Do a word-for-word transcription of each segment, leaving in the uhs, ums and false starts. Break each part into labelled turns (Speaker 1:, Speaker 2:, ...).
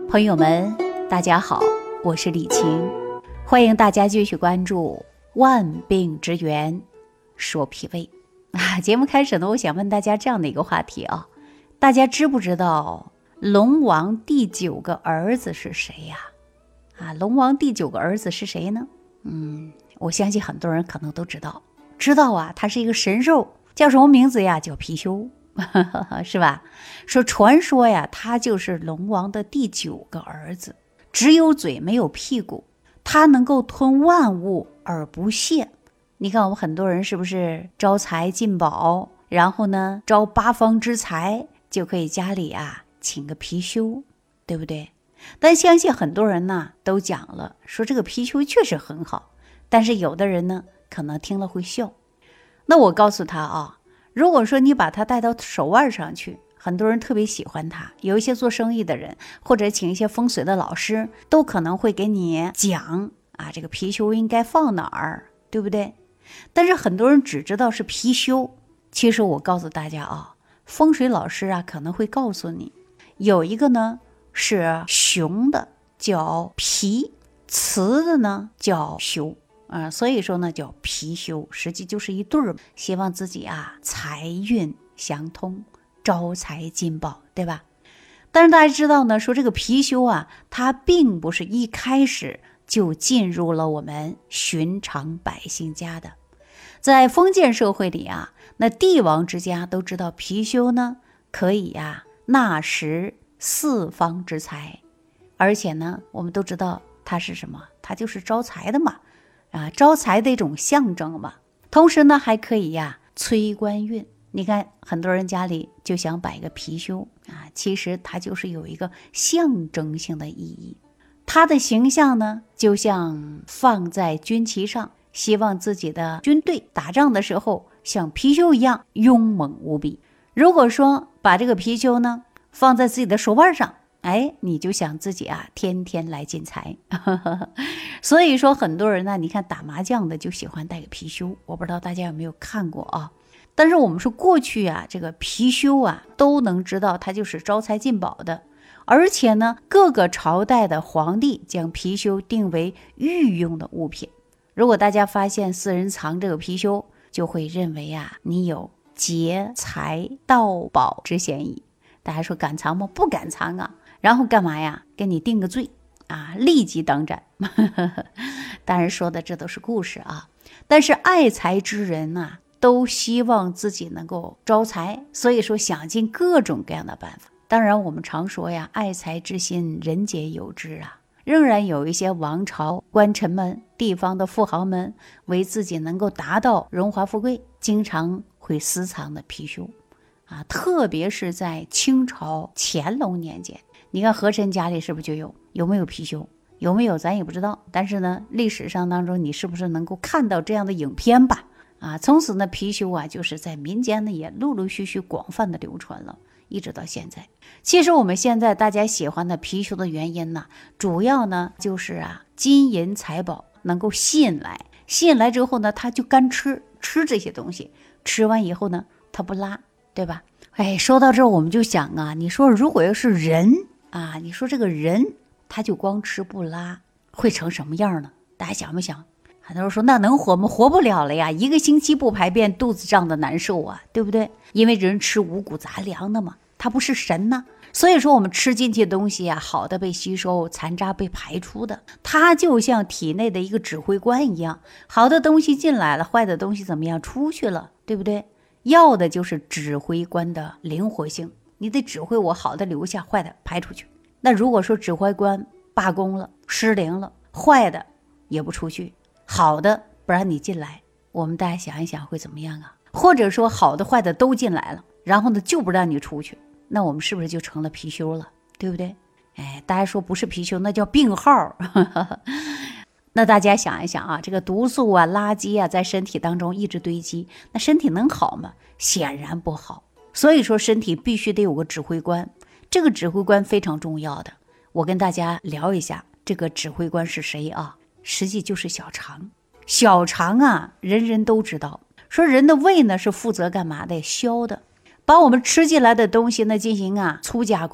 Speaker 1: 朋友们大家好，我是李晴，欢迎大家继续关注万病之源说脾胃啊。节目开始呢，我想问大家这样的一个话题啊，大家知不知道龙王第九个儿子是谁呀？啊，龙王第九个儿子是谁呢？嗯，我相信很多人可能都知道，知道啊，他是一个神兽，叫什么名字呀？叫貔貅。是吧？说传说呀，他就是龙王的第九个儿子，只有嘴没有屁股，他能够吞万物而不泄。你看我们很多人是不是招财进宝，然后呢招八方之财，就可以家里啊请个貔貅，对不对？但相信很多人呢都讲了，说这个貔貅确实很好，但是有的人呢可能听了会笑。那我告诉他啊，如果说你把它戴到手腕上去，很多人特别喜欢它，有一些做生意的人或者请一些风水的老师都可能会给你讲啊，这个貔貅应该放哪儿，对不对？但是很多人只知道是貔貅，其实我告诉大家啊，风水老师啊可能会告诉你，有一个呢是雄的叫貔，雌的呢叫貅啊，所以说呢叫貔貅，实际就是一对儿，希望自己啊财运相通，招财进宝，对吧？但是大家知道呢，说这个貔貅啊，它并不是一开始就进入了我们寻常百姓家的。在封建社会里啊，那帝王之家都知道貔貅呢可以呀、啊、纳食四方之财，而且呢我们都知道它是什么，它就是招财的嘛。啊，招财的一种象征嘛，同时呢还可以呀催官运。你看很多人家里就想摆个貔貅啊，其实它就是有一个象征性的意义。它的形象呢就像放在军旗上，希望自己的军队打仗的时候像貔貅一样勇猛无比。如果说把这个貔貅呢放在自己的手腕上，哎，你就想自己啊天天来进财。所以说很多人呢，你看打麻将的就喜欢带个貔貅，我不知道大家有没有看过啊？但是我们说过去啊，这个貔貅啊都能知道它就是招财进宝的，而且呢各个朝代的皇帝将貔貅定为御用的物品。如果大家发现私人藏这个貔貅，就会认为啊你有劫财盗宝之嫌疑。大家说敢藏吗？不敢藏啊。然后干嘛呀？给你定个罪啊，立即当斩。当然说的这都是故事啊，但是爱财之人呐、啊，都希望自己能够招财，所以说想尽各种各样的办法。当然我们常说呀，爱财之心人皆有之啊，仍然有一些王朝官臣们、地方的富豪们，为自己能够达到荣华富贵，经常会私藏的貔貅啊，特别是在清朝乾隆年间，你看和珅家里是不是就有？有没有貔貅？有没有咱也不知道，但是呢历史上当中你是不是能够看到这样的影片吧？啊，从此呢貔貅啊就是在民间呢也陆陆续续广泛的流传了，一直到现在。其实我们现在大家喜欢的貔貅的原因呢，主要呢就是啊金银财宝能够吸引来，吸引来之后呢它就干吃，吃这些东西，吃完以后呢它不拉，对吧？哎，说到这儿我们就想啊，你说如果要是人啊，你说这个人他就光吃不拉会成什么样呢？大家想没想？很多人说那能活吗？活不了了呀，一个星期不排便肚子胀的难受啊，对不对？因为人吃五谷杂粮的嘛，他不是神呢。所以说我们吃进去的东西啊，好的被吸收，残渣被排出的，它就像体内的一个指挥官一样，好的东西进来了，坏的东西怎么样出去了，对不对？要的就是指挥官的灵活性，你得指挥我好的留下，坏的排出去。那如果说指挥官罢工了，失灵了，坏的也不出去，好的不让你进来，我们大家想一想会怎么样啊？或者说好的坏的都进来了，然后呢就不让你出去，那我们是不是就成了貔貅了，对不对？哎，大家说不是貔貅，那叫病号。那大家想一想啊，这个毒素啊、垃圾啊在身体当中一直堆积，那身体能好吗？显然不好。所以说身体必须得有个指挥官，这个指挥官非常重要的。我跟大家聊一下这个指挥官是谁啊？实际就是小肠。小肠啊人人都知道，说人的胃呢是负责干嘛的？消的，把我们吃进来的东西呢进行啊粗加工，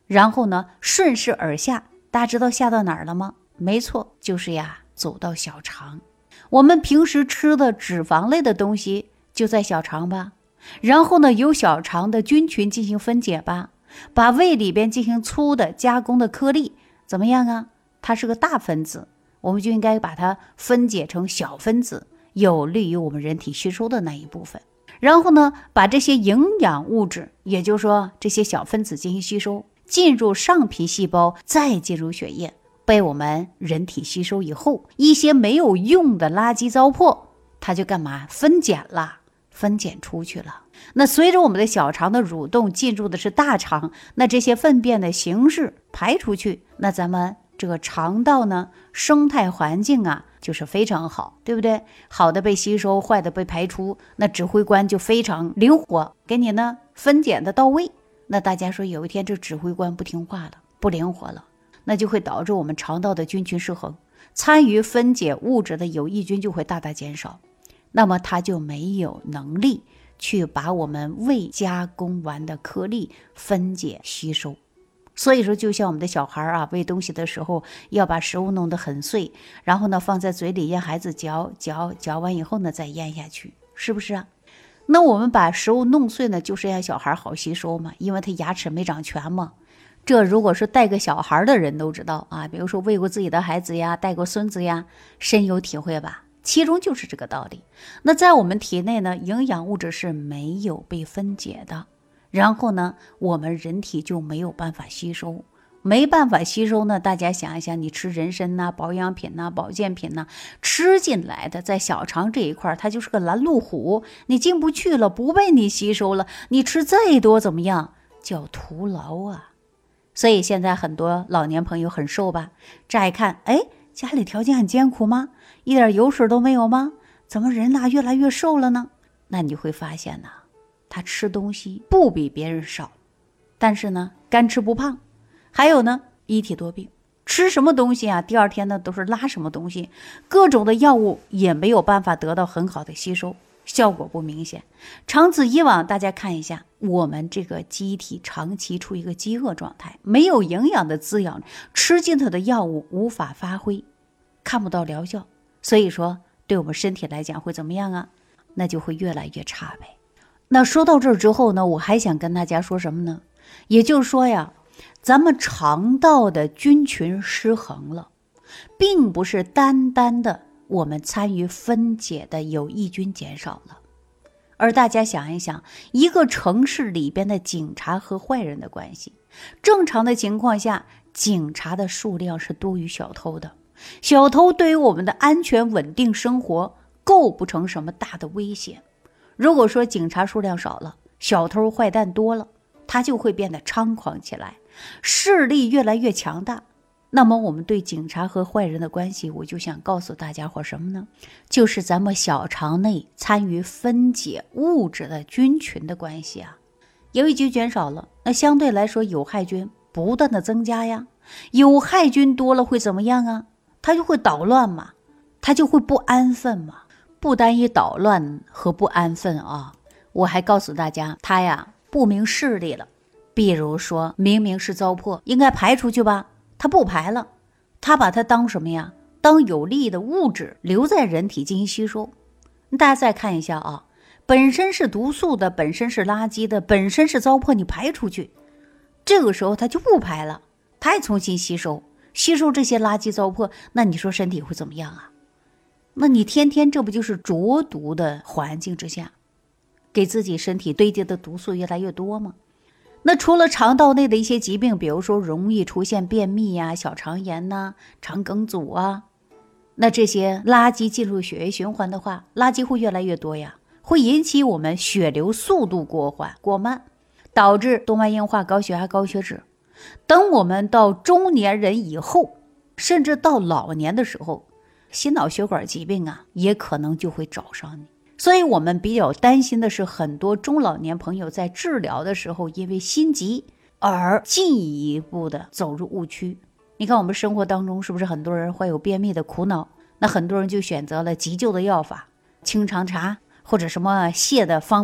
Speaker 1: 然后呢顺势而下，大家知道下到哪儿了吗？没错，就是呀走到小肠。我们平时吃的脂肪类的东西就在小肠吧，然后呢由小肠的菌群进行分解吧，把胃里边进行粗的加工的颗粒怎么样啊？它是个大分子，我们就应该把它分解成小分子，有利于我们人体吸收的那一部分。然后呢把这些营养物质，也就是说这些小分子进行吸收，进入上皮细胞，再进入血液，被我们人体吸收以后，一些没有用的垃圾糟粕它就干嘛？分解了，分解出去了。那随着我们的小肠的蠕动，进入的是大肠，那这些粪便的形式排出去，那咱们这个肠道呢生态环境啊就是非常好，对不对？好的被吸收，坏的被排出，那指挥官就非常灵活，给你呢分解的到位。那大家说有一天这指挥官不听话了，不灵活了，那就会导致我们肠道的菌群失衡，参与分解物质的有益菌就会大大减少，那么它就没有能力去把我们未加工完的颗粒分解吸收。所以说就像我们的小孩啊，喂东西的时候要把食物弄得很碎，然后呢放在嘴里让孩子嚼嚼嚼完以后呢再咽下去，是不是啊？那我们把食物弄碎呢，就是让小孩好吸收嘛，因为他牙齿没长全嘛。这如果是带个小孩的人都知道啊，比如说喂过自己的孩子呀，带过孙子呀，深有体会吧，其中就是这个道理。那在我们体内呢，营养物质是没有被分解的，然后呢我们人体就没有办法吸收，没办法吸收呢，大家想一想，你吃人参呐、保养品呐、保健品呐，吃进来的在小肠这一块它就是个拦路虎，你进不去了，不被你吸收了，你吃再多怎么样？叫徒劳啊。所以现在很多老年朋友很瘦吧，乍一看，哎，家里条件很艰苦吗？一点油水都没有吗？怎么人呐越来越瘦了呢？那你就会发现呢，他吃东西不比别人少，但是呢干吃不胖，还有呢一体多病，吃什么东西啊第二天呢都是拉什么东西，各种的药物也没有办法得到很好的吸收，效果不明显。长此以往，大家看一下我们这个机体长期处于一个饥饿状态，没有营养的滋养，吃进它的药物无法发挥，看不到疗效，所以说对我们身体来讲会怎么样啊？那就会越来越差呗。那说到这儿之后呢，我还想跟大家说什么呢？也就是说呀，咱们肠道的菌群失衡了，并不是单单的我们参与分解的有益菌减少了。而大家想一想，一个城市里边的警察和坏人的关系，正常的情况下，警察的数量是多于小偷的，小偷对于我们的安全稳定生活构不成什么大的威胁。如果说警察数量少了，小偷坏蛋多了，他就会变得猖狂起来，势力越来越强大。那么我们对警察和坏人的关系，我就想告诉大家伙什么呢？就是咱们小肠内参与分解物质的菌群的关系啊。有益菌减少了，那相对来说有害菌不断的增加呀。有害菌多了会怎么样啊？它就会捣乱嘛，它就会不安分嘛。不单一捣乱和不安分啊，我还告诉大家，它呀不明事理了。比如说明明是糟粕，应该排出去吧，它不排了，它把它当什么呀？当有利的物质留在人体进行吸收。大家再看一下啊，本身是毒素的，本身是垃圾的，本身是糟粕，你排出去，这个时候它就不排了，它也重新吸收，吸收这些垃圾糟粕，那你说身体会怎么样啊？那你天天这不就是浊毒的环境之下，给自己身体堆积的毒素越来越多吗？那除了肠道内的一些疾病，比如说容易出现便秘呀、小肠炎呐、肠梗阻啊，那这些垃圾进入血液循环的话，垃圾会越来越多呀，会引起我们血流速度过缓过慢，导致动脉硬化、高血压、高血脂。等我们到中年人以后，甚至到老年的时候，心脑血管疾病啊也可能就会找上你。所以我们比较担心的是，很多中老年朋友在治疗的时候因为心急而进一步的走入误区。你看我们生活当中是不是很多人会有便秘的苦恼，那很多人就选择了急救的药法，清肠茶或者什么泻的方法，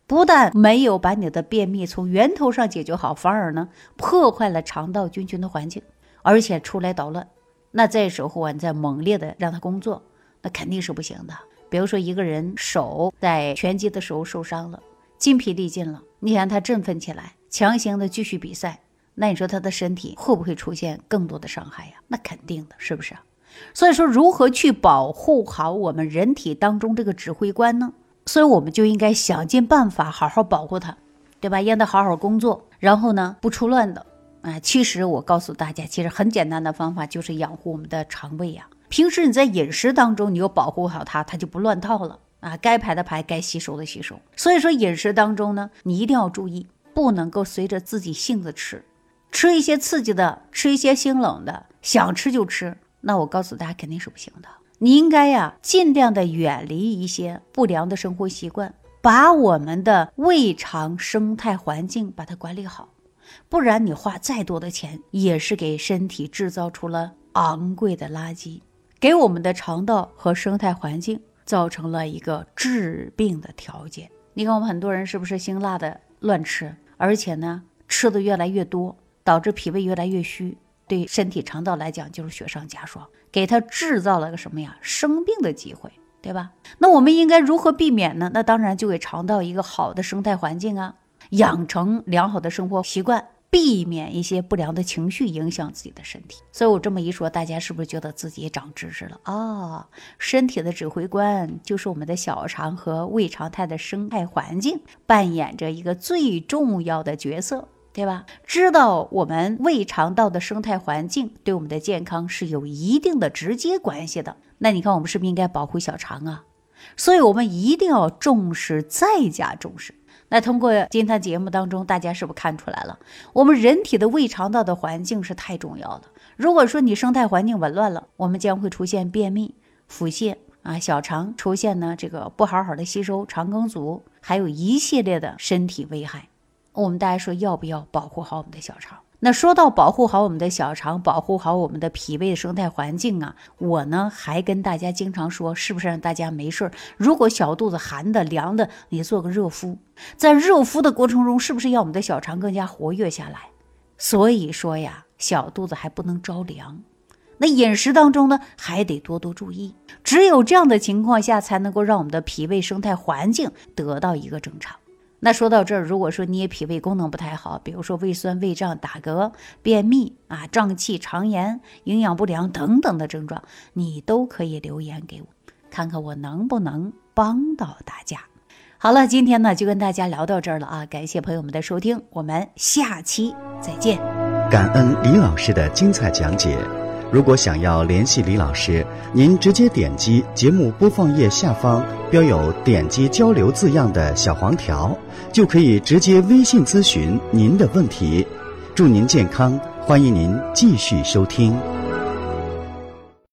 Speaker 1: 不但没有把你的便秘从源头上解决好，反而呢破坏了肠道菌群的环境，而且出来捣乱。那这时候啊，你再猛烈的让他工作，那肯定是不行的。比如说一个人手在拳击的时候受伤了，筋疲力尽了，你让他振奋起来，强行的继续比赛，那你说他的身体会不会出现更多的伤害呀？那肯定的，是不是？所以说如何去保护好我们人体当中这个指挥官呢？所以我们就应该想尽办法好好保护它，对吧？让它好好工作，然后呢不出乱的啊。其实我告诉大家，其实很简单的方法就是养护我们的肠胃呀。平时你在饮食当中你又保护好它，它就不乱套了啊，该排的排，该吸收的吸收。所以说饮食当中呢，你一定要注意，不能够随着自己性子吃，吃一些刺激的，吃一些辛冷的，想吃就吃，那我告诉大家肯定是不行的。你应该呀，尽量的远离一些不良的生活习惯，把我们的胃肠生态环境把它管理好，不然你花再多的钱，也是给身体制造出了昂贵的垃圾，给我们的肠道和生态环境造成了一个致病的条件。你看我们很多人是不是辛辣的乱吃，而且呢吃的越来越多，导致脾胃越来越虚，对身体肠道来讲就是雪上加霜，给它制造了个什么呀？生病的机会，对吧？那我们应该如何避免呢？那当然就给肠道一个好的生态环境啊，养成良好的生活习惯，避免一些不良的情绪影响自己的身体。所以我这么一说，大家是不是觉得自己也长知识了啊、哦？身体的指挥官就是我们的小肠和胃肠态的生态环境，扮演着一个最重要的角色，对吧？知道我们胃肠道的生态环境对我们的健康是有一定的直接关系的，那你看我们是不是应该保护小肠啊？所以我们一定要重视再加重视。那通过今天节目当中，大家是不是看出来了，我们人体的胃肠道的环境是太重要了。如果说你生态环境紊乱了，我们将会出现便秘、腹泻啊，小肠出现呢这个不好好的吸收，肠梗阻，还有一系列的身体危害。我们大家说要不要保护好我们的小肠？那说到保护好我们的小肠，保护好我们的脾胃的生态环境啊，我呢还跟大家经常说，是不是让大家没事如果小肚子寒的凉的，你做个热敷，在热敷的过程中，是不是要我们的小肠更加活跃下来？所以说呀，小肚子还不能着凉，那饮食当中呢还得多多注意，只有这样的情况下，才能够让我们的脾胃生态环境得到一个正常。那说到这儿，如果说你也脾胃功能不太好，比如说胃酸、胃胀、打嗝、便秘啊、胀气、肠炎、营养不良等等的症状，你都可以留言给我，看看我能不能帮到大家。好了，今天呢就跟大家聊到这儿了啊，感谢朋友们的收听，我们下期再见。
Speaker 2: 感恩李老师的精彩讲解。如果想要联系李老师，您直接点击节目播放页下方标有点击交流字样的小黄条，就可以直接微信咨询您的问题。祝您健康，欢迎您继续收听。